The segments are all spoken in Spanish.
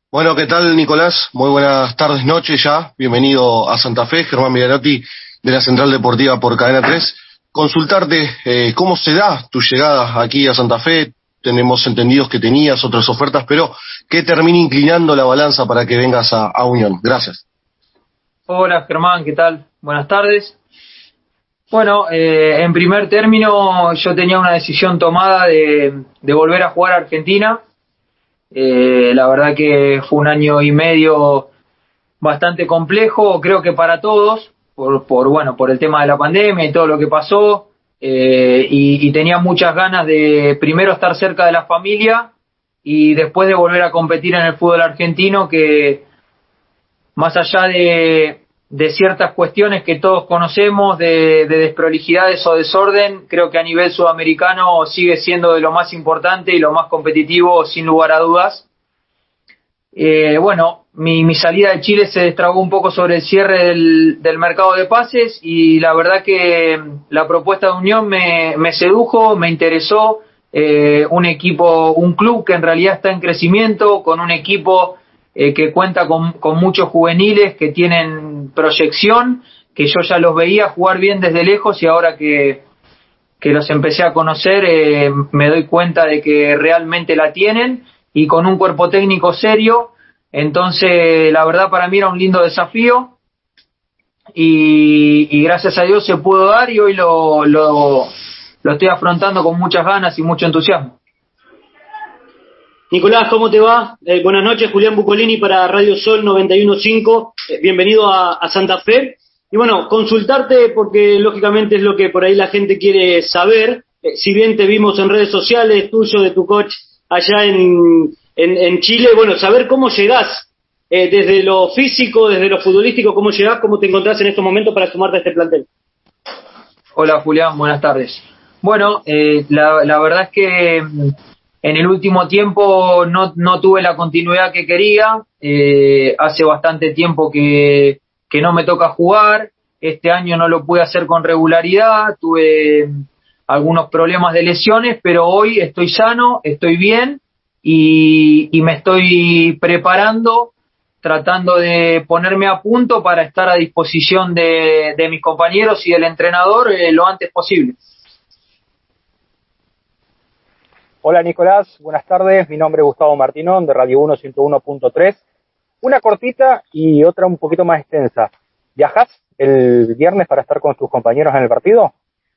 Bueno, ¿qué tal, Nicolás? Muy buenas tardes, noches ya. Bienvenido a Santa Fe, Germán Migliotti de la Central Deportiva por Cadena 3. Consultarte cómo se da tu llegada aquí a Santa Fe. Tenemos entendidos que tenías otras ofertas, pero ¿qué termina inclinando la balanza para que vengas a Unión? Gracias. Hola Germán, ¿qué tal? Buenas tardes. Bueno, en primer término yo tenía una decisión tomada de volver a jugar a Argentina. La verdad que fue un año y medio bastante complejo, creo que para todos, por el tema de la pandemia y todo lo que pasó, y tenía muchas ganas de primero estar cerca de la familia y después de volver a competir en el fútbol argentino, que más allá de ciertas cuestiones que todos conocemos, de desprolijidades o desorden, creo que a nivel sudamericano sigue siendo de lo más importante y lo más competitivo, sin lugar a dudas. Bueno, mi salida de Chile se destrabó un poco sobre el cierre del mercado de pases, y la verdad que la propuesta de Unión me sedujo, me interesó. Un equipo, un club que en realidad está en crecimiento, con un equipo que cuenta con muchos juveniles que tienen proyección, que yo ya los veía jugar bien desde lejos, y ahora que los empecé a conocer, me doy cuenta de que realmente la tienen, y con un cuerpo técnico serio. Entonces la verdad para mí era un lindo desafío, y gracias a Dios se pudo dar, y hoy lo estoy afrontando con muchas ganas y mucho entusiasmo. Nicolás, ¿cómo te va? Buenas noches, Julián Bucolini para Radio Sol 91.5. Bienvenido a Santa Fe. Y bueno, consultarte porque lógicamente es lo que por ahí la gente quiere saber. Si bien te vimos en redes sociales, tuyo, de tu coach allá en Chile, bueno, saber cómo llegás, desde lo físico, desde lo futbolístico, cómo llegás, cómo te encontrás en estos momentos para sumarte a este plantel. Hola Julián, buenas tardes. Bueno, la verdad es que en el último tiempo no tuve la continuidad que quería. Hace bastante tiempo que no me toca jugar. Este año no lo pude hacer con regularidad. Tuve algunos problemas de lesiones, pero hoy estoy sano, estoy bien, y me estoy preparando, tratando de ponerme a punto para estar a disposición de mis compañeros y del entrenador lo antes posible. Hola Nicolás, buenas tardes. Mi nombre es Gustavo Martinón, de Radio 1 101.3. Una cortita y otra un poquito más extensa. ¿Viajás el viernes para estar con tus compañeros en el partido?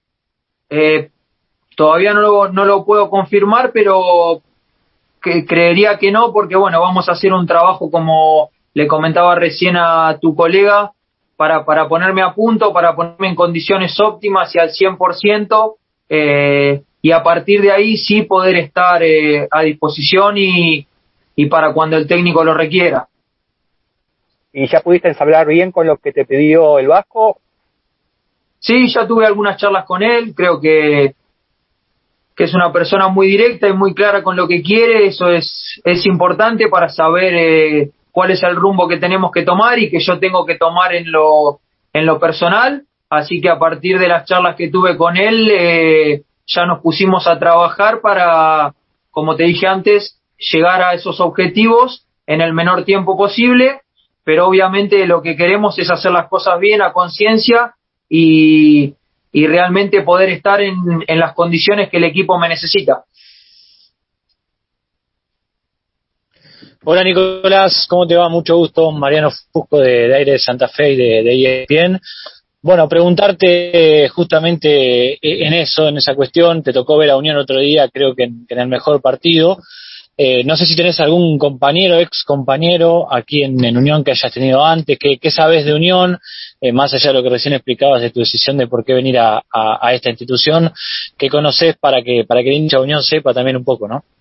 Todavía no lo puedo confirmar, pero creería que no, porque bueno, vamos a hacer un trabajo, como le comentaba recién a tu colega, para ponerme a punto, para ponerme en condiciones óptimas y al 100%, y a partir de ahí sí poder estar a disposición y para cuando el técnico lo requiera. ¿Y ya pudiste ensamblar bien con lo que te pidió el Vasco? Sí, ya tuve algunas charlas con él. Creo que es una persona muy directa y muy clara con lo que quiere. Eso es importante para saber cuál es el rumbo que tenemos que tomar y que yo tengo que tomar en lo personal. Así que a partir de las charlas que tuve con él, ya nos pusimos a trabajar para, como te dije antes, llegar a esos objetivos en el menor tiempo posible, pero obviamente lo que queremos es hacer las cosas bien, a conciencia, y realmente poder estar en las condiciones que el equipo me necesita. Hola Nicolás, ¿cómo te va? Mucho gusto. Mariano Fusco de Aire de Santa Fe y de ESPN. Bueno, preguntarte justamente en eso, en esa cuestión. Te tocó ver a Unión otro día, creo que en el mejor partido. No sé si tenés algún compañero, ex compañero aquí en Unión que hayas tenido antes. ¿Qué sabes de Unión? Más allá de lo que recién explicabas de tu decisión de por qué venir a esta institución, ¿qué conocés para que el hincha de Unión sepa también un poco, no?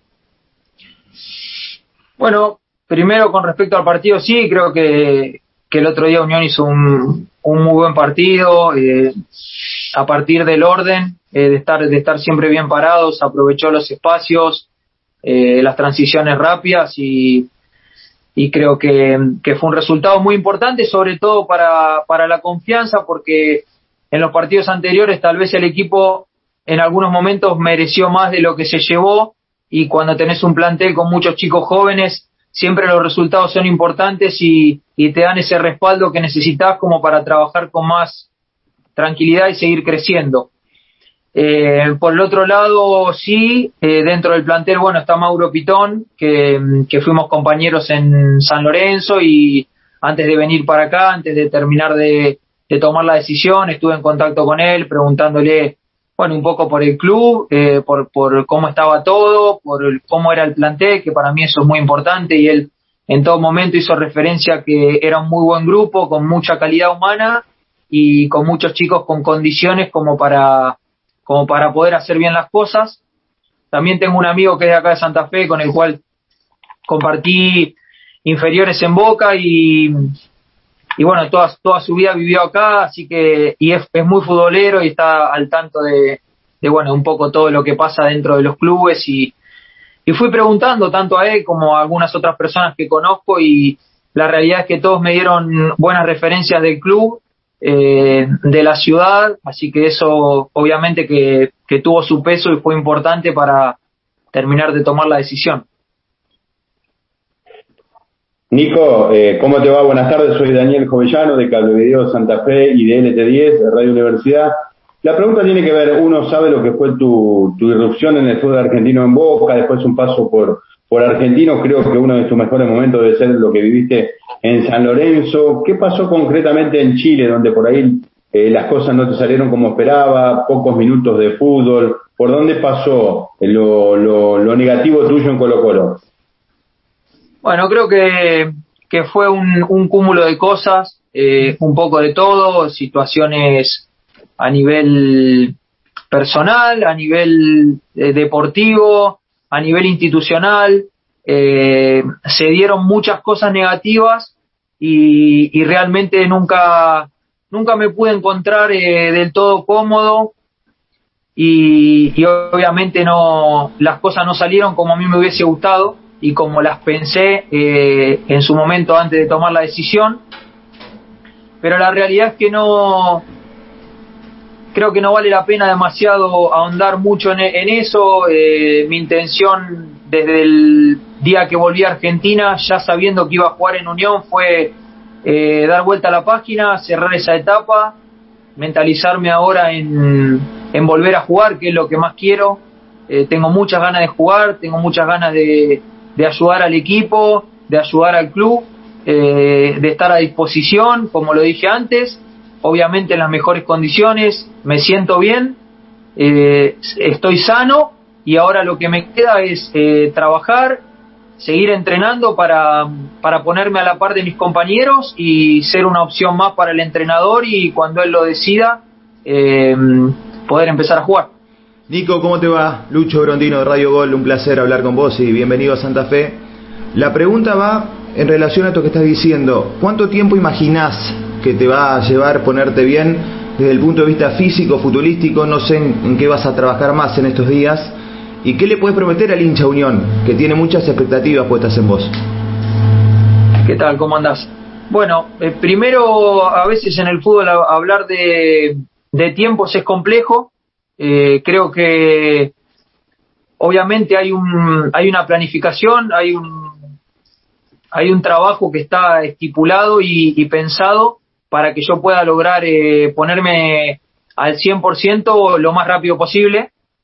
Bueno, primero con respecto al partido, sí, creo que el otro día Unión hizo un muy buen partido, a partir del orden, de estar siempre bien parados, aprovechó los espacios, las transiciones rápidas, y creo que fue un resultado muy importante, sobre todo para la confianza, porque en los partidos anteriores tal vez el equipo en algunos momentos mereció más de lo que se llevó, y cuando tenés un plantel con muchos chicos jóvenes, siempre los resultados son importantes y te dan ese respaldo que necesitas como para trabajar con más tranquilidad y seguir creciendo. Por el otro lado, sí, dentro del plantel, bueno, está Mauro Pitón, que fuimos compañeros en San Lorenzo, y antes de venir para acá, antes de terminar de tomar la decisión, estuve en contacto con él, preguntándole, bueno, un poco por el club, por cómo estaba todo, por cómo era el plantel, que para mí eso es muy importante, y él en todo momento hizo referencia a que era un muy buen grupo, con mucha calidad humana y con muchos chicos con condiciones como para poder hacer bien las cosas. También tengo un amigo que es de acá de Santa Fe, con el cual compartí inferiores en Boca y bueno, toda su vida vivió acá, así que y es muy futbolero y está al tanto de bueno, un poco todo lo que pasa dentro de los clubes, y fui preguntando tanto a él como a algunas otras personas que conozco, y la realidad es que todos me dieron buenas referencias del club, de la ciudad, así que eso obviamente que tuvo su peso y fue importante para terminar de tomar la decisión. Nico, ¿cómo te va? Buenas tardes, soy Daniel Jovellano de Cablevideo Santa Fe y de LT10, de Radio Universidad. La pregunta tiene que ver, uno sabe lo que fue tu irrupción en el fútbol argentino en Boca, después un paso por Argentino, creo que uno de tus mejores momentos debe ser lo que viviste en San Lorenzo. ¿Qué pasó concretamente en Chile, donde por ahí las cosas no te salieron como esperaba, pocos minutos de fútbol? ¿Por dónde pasó lo negativo tuyo en Colo-Colo? Bueno, creo que fue un cúmulo de cosas, un poco de todo, situaciones a nivel personal, a nivel deportivo, a nivel institucional. Se dieron muchas cosas negativas y realmente nunca me pude encontrar del todo cómodo, y obviamente las cosas no salieron como a mí me hubiese gustado y como las pensé en su momento antes de tomar la decisión, pero la realidad es que creo que no vale la pena demasiado ahondar mucho en eso. Mi intención desde el día que volví a Argentina, ya sabiendo que iba a jugar en Unión, fue dar vuelta a la página, cerrar esa etapa, mentalizarme ahora en volver a jugar, que es lo que más quiero. Tengo muchas ganas de jugar, tengo muchas ganas de ayudar al equipo, de ayudar al club, de estar a disposición, como lo dije antes, obviamente en las mejores condiciones, me siento bien, estoy sano, y ahora lo que me queda es trabajar, seguir entrenando para ponerme a la par de mis compañeros y ser una opción más para el entrenador, y cuando él lo decida, poder empezar a jugar. Nico, ¿cómo te va? Lucho Brondino de Radio Gol, un placer hablar con vos y bienvenido a Santa Fe. La pregunta va en relación a esto que estás diciendo. ¿Cuánto tiempo imaginás que te va a llevar ponerte bien desde el punto de vista físico, futbolístico? No sé en qué vas a trabajar más en estos días. ¿Y qué le puedes prometer al hincha Unión, que tiene muchas expectativas puestas en vos? ¿Qué tal? ¿Cómo andás? Bueno, primero, a veces en el fútbol hablar de tiempos es complejo. Creo que obviamente hay una planificación, hay un trabajo que está estipulado y pensado para que yo pueda lograr ponerme al 100% lo más rápido posible,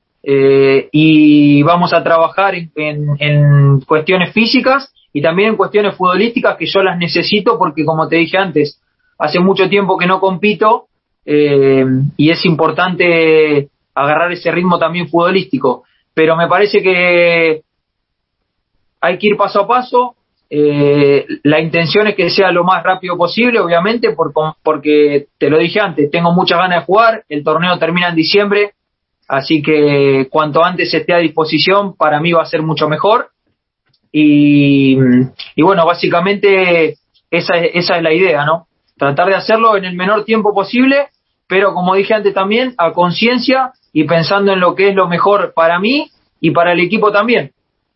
y vamos a trabajar en cuestiones físicas y también en cuestiones futbolísticas, que yo las necesito porque, como te dije antes, hace mucho tiempo que no compito, y es importante agarrar ese ritmo también futbolístico, pero me parece que hay que ir paso a paso. La intención es que sea lo más rápido posible, obviamente, porque te lo dije antes, tengo muchas ganas de jugar, el torneo termina en diciembre, así que cuanto antes esté a disposición, para mí va a ser mucho mejor, y bueno, básicamente esa es la idea, ¿no? Tratar de hacerlo en el menor tiempo posible, pero como dije antes también, a conciencia y pensando en lo que es lo mejor para mí y para el equipo también.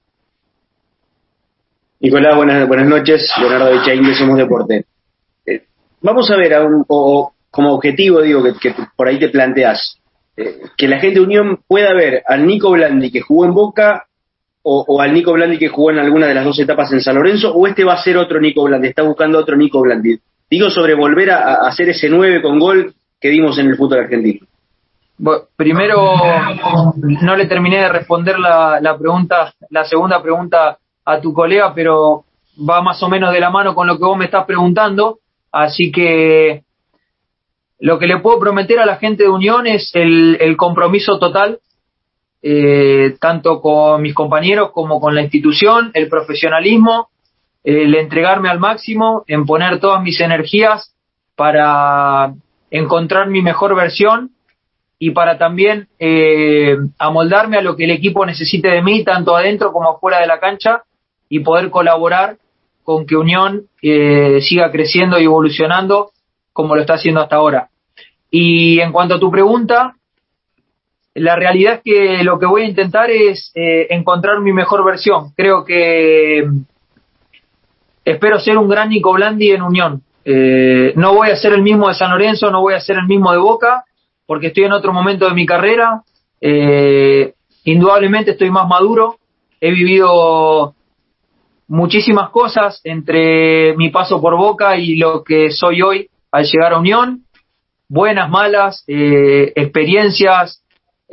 Nicolás, buenas noches. Leonardo de Chaín, de Somos Deporte. Vamos a ver, como objetivo, digo, que por ahí te planteás, que la gente de Unión pueda ver al Nico Blandi, que jugó en Boca, o al Nico Blandi que jugó en alguna de las dos etapas en San Lorenzo, o este va a ser otro Nico Blandi, está buscando otro Nico Blandi? Digo, sobre volver a hacer ese 9 con gol que vimos en el fútbol argentino. Bueno, primero, no le terminé de responder la segunda pregunta a tu colega, pero va más o menos de la mano con lo que vos me estás preguntando, así que lo que le puedo prometer a la gente de Unión es el compromiso total, tanto con mis compañeros como con la institución, el profesionalismo, el entregarme al máximo, en poner todas mis energías para encontrar mi mejor versión y para también amoldarme a lo que el equipo necesite de mí, tanto adentro como afuera de la cancha, y poder colaborar con que Unión siga creciendo y evolucionando como lo está haciendo hasta ahora. Y en cuanto a tu pregunta, la realidad es que lo que voy a intentar es encontrar mi mejor versión. Creo que espero ser un gran Nico Blandi en Unión. No voy a ser el mismo de San Lorenzo, no voy a ser el mismo de Boca, porque estoy en otro momento de mi carrera. Indudablemente estoy más maduro, he vivido muchísimas cosas entre mi paso por Boca y lo que soy hoy al llegar a Unión, buenas, malas, experiencias,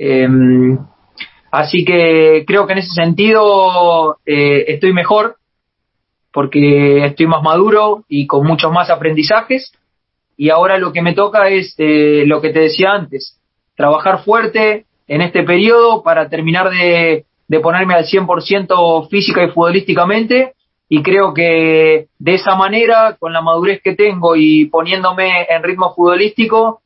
así que creo que en ese sentido estoy mejor, porque estoy más maduro y con muchos más aprendizajes, y ahora lo que me toca es lo que te decía antes, trabajar fuerte en este periodo para terminar de ponerme al 100% física y futbolísticamente, y creo que de esa manera, con la madurez que tengo y poniéndome en ritmo futbolístico,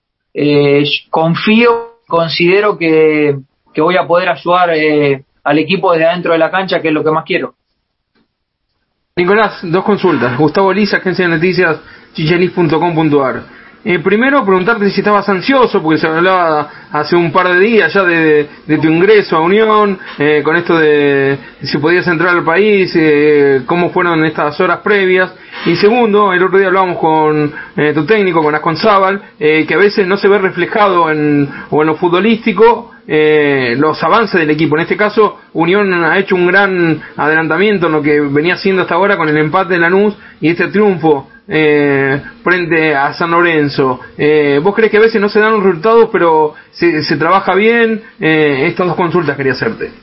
considero que voy a poder ayudar al equipo desde adentro de la cancha, que es lo que más quiero. Nicolás, dos consultas. Gustavo Liz, Agencia de Noticias, chichelis.com.ar. Primero, preguntarte si estabas ansioso, porque se hablaba hace un par de días ya de tu ingreso a Unión, con esto de si podías entrar al país, cómo fueron estas horas previas. Y segundo, el otro día hablábamos con tu técnico, con Asconzábal, que a veces no se ve reflejado en lo futbolístico los avances del equipo. En este caso, Unión ha hecho un gran adelantamiento en lo que venía haciendo hasta ahora con el empate de Lanús y este triunfo frente a San Lorenzo. ¿Vos crees que a veces no se dan los resultados, pero se trabaja bien? Estas dos consultas quería hacerte.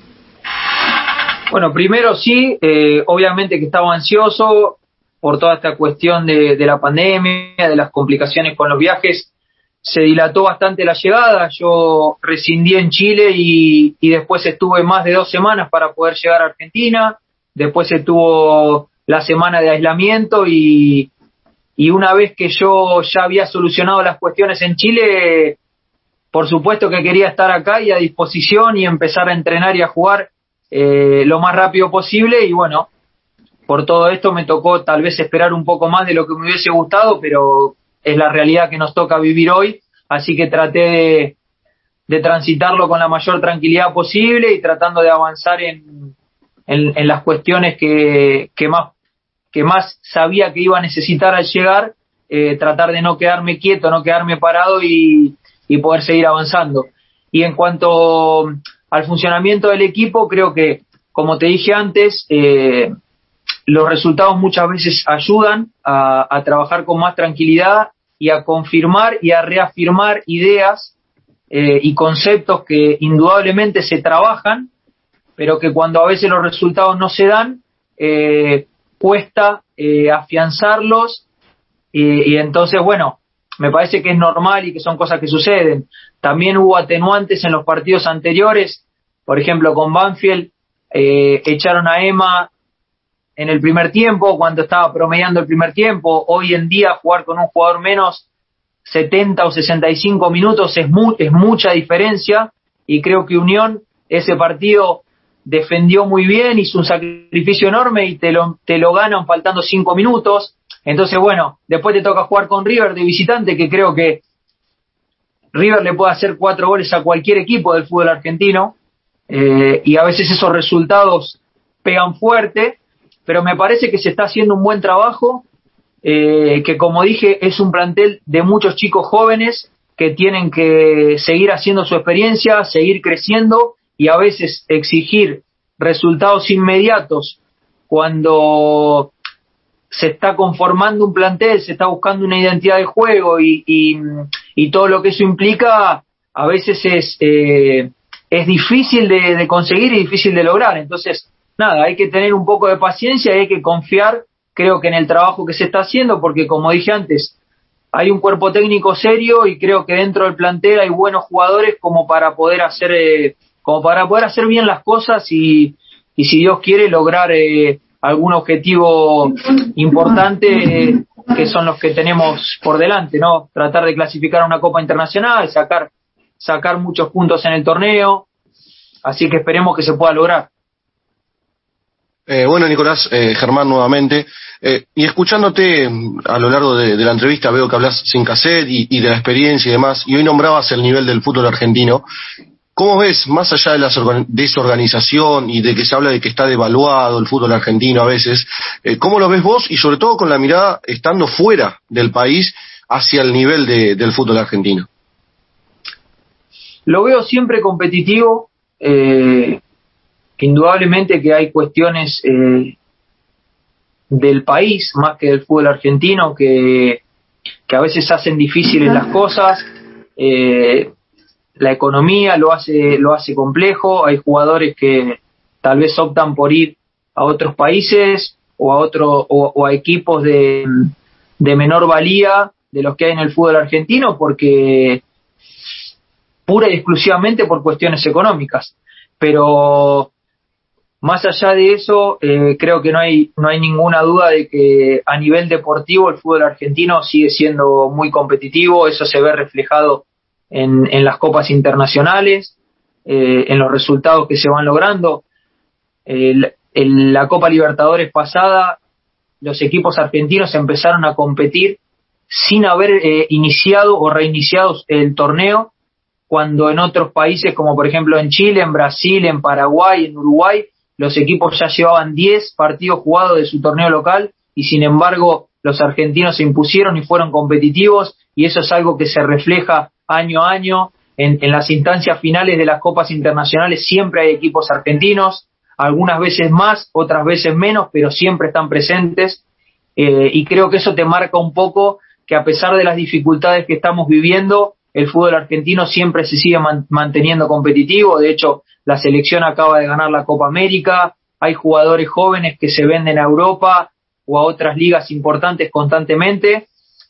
Bueno, primero sí, obviamente que estaba ansioso por toda esta cuestión de la pandemia, de las complicaciones con los viajes. Se dilató bastante la llegada. Yo rescindí en Chile y después estuve más de 2 semanas para poder llegar a Argentina. Después estuvo la semana de aislamiento y una vez que yo ya había solucionado las cuestiones en Chile, por supuesto que quería estar acá y a disposición y empezar a entrenar y a jugar lo más rápido posible. Y bueno, por todo esto me tocó tal vez esperar un poco más de lo que me hubiese gustado, pero es la realidad que nos toca vivir hoy, así que traté de transitarlo con la mayor tranquilidad posible y tratando de avanzar en las cuestiones que más sabía que iba a necesitar al llegar, tratar de no quedarme quieto, no quedarme parado y poder seguir avanzando. Y en cuanto al funcionamiento del equipo, creo que, como te dije antes, los resultados muchas veces ayudan a trabajar con más tranquilidad y a confirmar y a reafirmar ideas y conceptos que indudablemente se trabajan, pero que cuando a veces los resultados no se dan, cuesta afianzarlos y entonces, bueno, me parece que es normal y que son cosas que suceden. También hubo atenuantes en los partidos anteriores, por ejemplo con Banfield, echaron a Emma en el primer tiempo, cuando estaba promediando el primer tiempo. Hoy en día jugar con un jugador menos 70 o 65 minutos es mucha diferencia, y creo que Unión ese partido defendió muy bien, hizo un sacrificio enorme y te lo ganan faltando 5 minutos. Entonces, bueno, después te toca jugar con River de visitante, que creo que River le puede hacer 4 goles a cualquier equipo del fútbol argentino, y a veces esos resultados pegan fuerte, pero me parece que se está haciendo un buen trabajo, que como dije es un plantel de muchos chicos jóvenes que tienen que seguir haciendo su experiencia, seguir creciendo y a veces exigir resultados inmediatos cuando se está conformando un plantel, se está buscando una identidad de juego y todo lo que eso implica, a veces es difícil de conseguir y difícil de lograr. Entonces, nada, hay que tener un poco de paciencia y hay que confiar, creo que en el trabajo que se está haciendo, porque como dije antes, hay un cuerpo técnico serio y creo que dentro del plantel hay buenos jugadores como para poder hacer bien las cosas y si Dios quiere lograr algún objetivo importante que son los que tenemos por delante, ¿no? Tratar de clasificar a una Copa Internacional, sacar muchos puntos en el torneo, así que esperemos que se pueda lograr. Bueno, Nicolás, Germán nuevamente, y escuchándote a lo largo de la entrevista veo que hablas sin cassette y de la experiencia y demás, y hoy nombrabas el nivel del fútbol argentino. ¿Cómo ves, más allá de la desorganización y de que se habla de que está devaluado el fútbol argentino a veces, cómo lo ves vos y sobre todo con la mirada estando fuera del país hacia el nivel del fútbol argentino? Lo veo siempre competitivo, indudablemente que hay cuestiones del país más que del fútbol argentino que a veces hacen difíciles las cosas. La economía lo hace complejo, hay jugadores que tal vez optan por ir a otros países o a equipos de menor valía de los que hay en el fútbol argentino porque pura y exclusivamente por cuestiones económicas. Pero más allá de eso, creo que no hay ninguna duda de que a nivel deportivo el fútbol argentino sigue siendo muy competitivo, eso se ve reflejado en las copas internacionales, en los resultados que se van logrando. En la Copa Libertadores pasada, los equipos argentinos empezaron a competir sin haber iniciado o reiniciado el torneo, cuando en otros países, como por ejemplo en Chile, en Brasil, en Paraguay, en Uruguay, los equipos ya llevaban 10 partidos jugados de su torneo local y sin embargo los argentinos se impusieron y fueron competitivos, y eso es algo que se refleja año a año. En las instancias finales de las copas internacionales siempre hay equipos argentinos, algunas veces más, otras veces menos, pero siempre están presentes, y creo que eso te marca un poco que a pesar de las dificultades que estamos viviendo, el fútbol argentino siempre se sigue manteniendo competitivo. De hecho, la selección acaba de ganar la Copa América, hay jugadores jóvenes que se venden a Europa o a otras ligas importantes constantemente,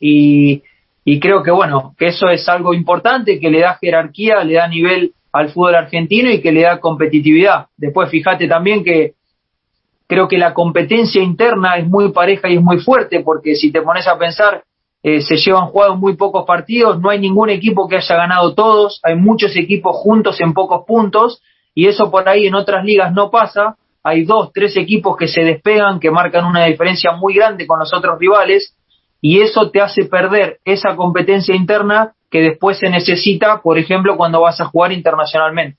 y creo que bueno, que eso es algo importante, que le da jerarquía, le da nivel al fútbol argentino y que le da competitividad. Después fíjate también que creo que la competencia interna es muy pareja y es muy fuerte, porque si te pones a pensar, se llevan jugados muy pocos partidos, no hay ningún equipo que haya ganado todos, hay muchos equipos juntos en pocos puntos, y eso por ahí en otras ligas no pasa. Hay 2, 3 equipos que se despegan, que marcan una diferencia muy grande con los otros rivales, y eso te hace perder esa competencia interna que después se necesita, por ejemplo, cuando vas a jugar internacionalmente.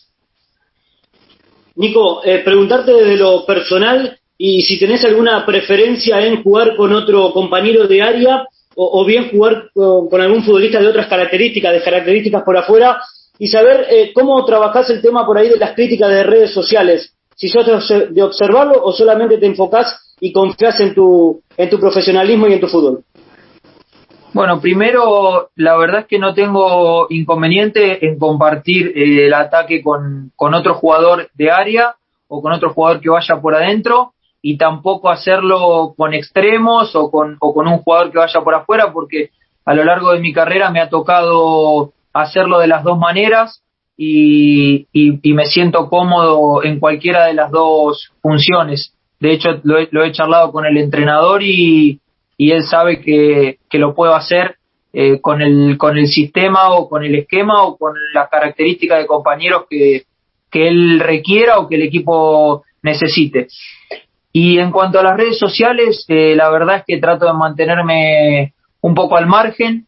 Nico, preguntarte desde lo personal y si tenés alguna preferencia en jugar con otro compañero de área o bien jugar con algún futbolista de otras características por afuera, y saber cómo trabajás el tema por ahí de las críticas de redes sociales, si sos de observarlo o solamente te enfocás y confías en tu profesionalismo y en tu fútbol. Bueno, primero, la verdad es que no tengo inconveniente en compartir el ataque con otro jugador de área o con otro jugador que vaya por adentro, y tampoco hacerlo con extremos o con un jugador que vaya por afuera, porque a lo largo de mi carrera me ha tocado hacerlo de las dos maneras y me siento cómodo en cualquiera de las dos funciones. De hecho, lo he charlado con el entrenador y él sabe que lo puedo hacer con el sistema o con el esquema o con las características de compañeros que él requiera o que el equipo necesite. Y en cuanto a las redes sociales, la verdad es que trato de mantenerme un poco al margen.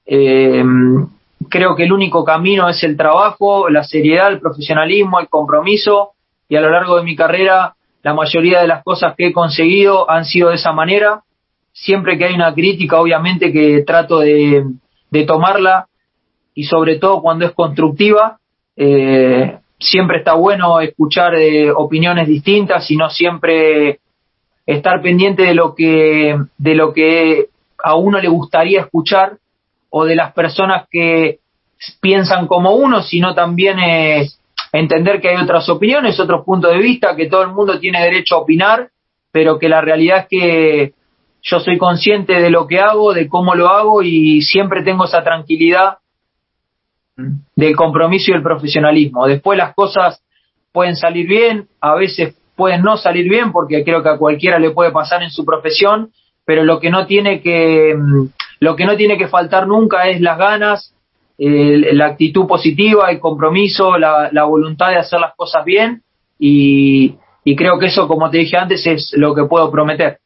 Creo que el único camino es el trabajo, la seriedad, el profesionalismo, el compromiso, y a lo largo de mi carrera la mayoría de las cosas que he conseguido han sido de esa manera. Siempre que hay una crítica, obviamente que trato de tomarla, y sobre todo cuando es constructiva, siempre está bueno escuchar opiniones distintas y no siempre estar pendiente de lo que a uno le gustaría escuchar o de las personas que piensan como uno, sino también entender que hay otras opiniones, otros puntos de vista, que todo el mundo tiene derecho a opinar, pero que la realidad es que yo soy consciente de lo que hago, de cómo lo hago y siempre tengo esa tranquilidad del compromiso y el profesionalismo. Después las cosas pueden salir bien, a veces pueden no salir bien, porque creo que a cualquiera le puede pasar en su profesión, pero lo que no tiene que faltar nunca es las ganas, la actitud positiva, el compromiso, la voluntad de hacer las cosas bien y creo que eso, como te dije antes, es lo que puedo prometer.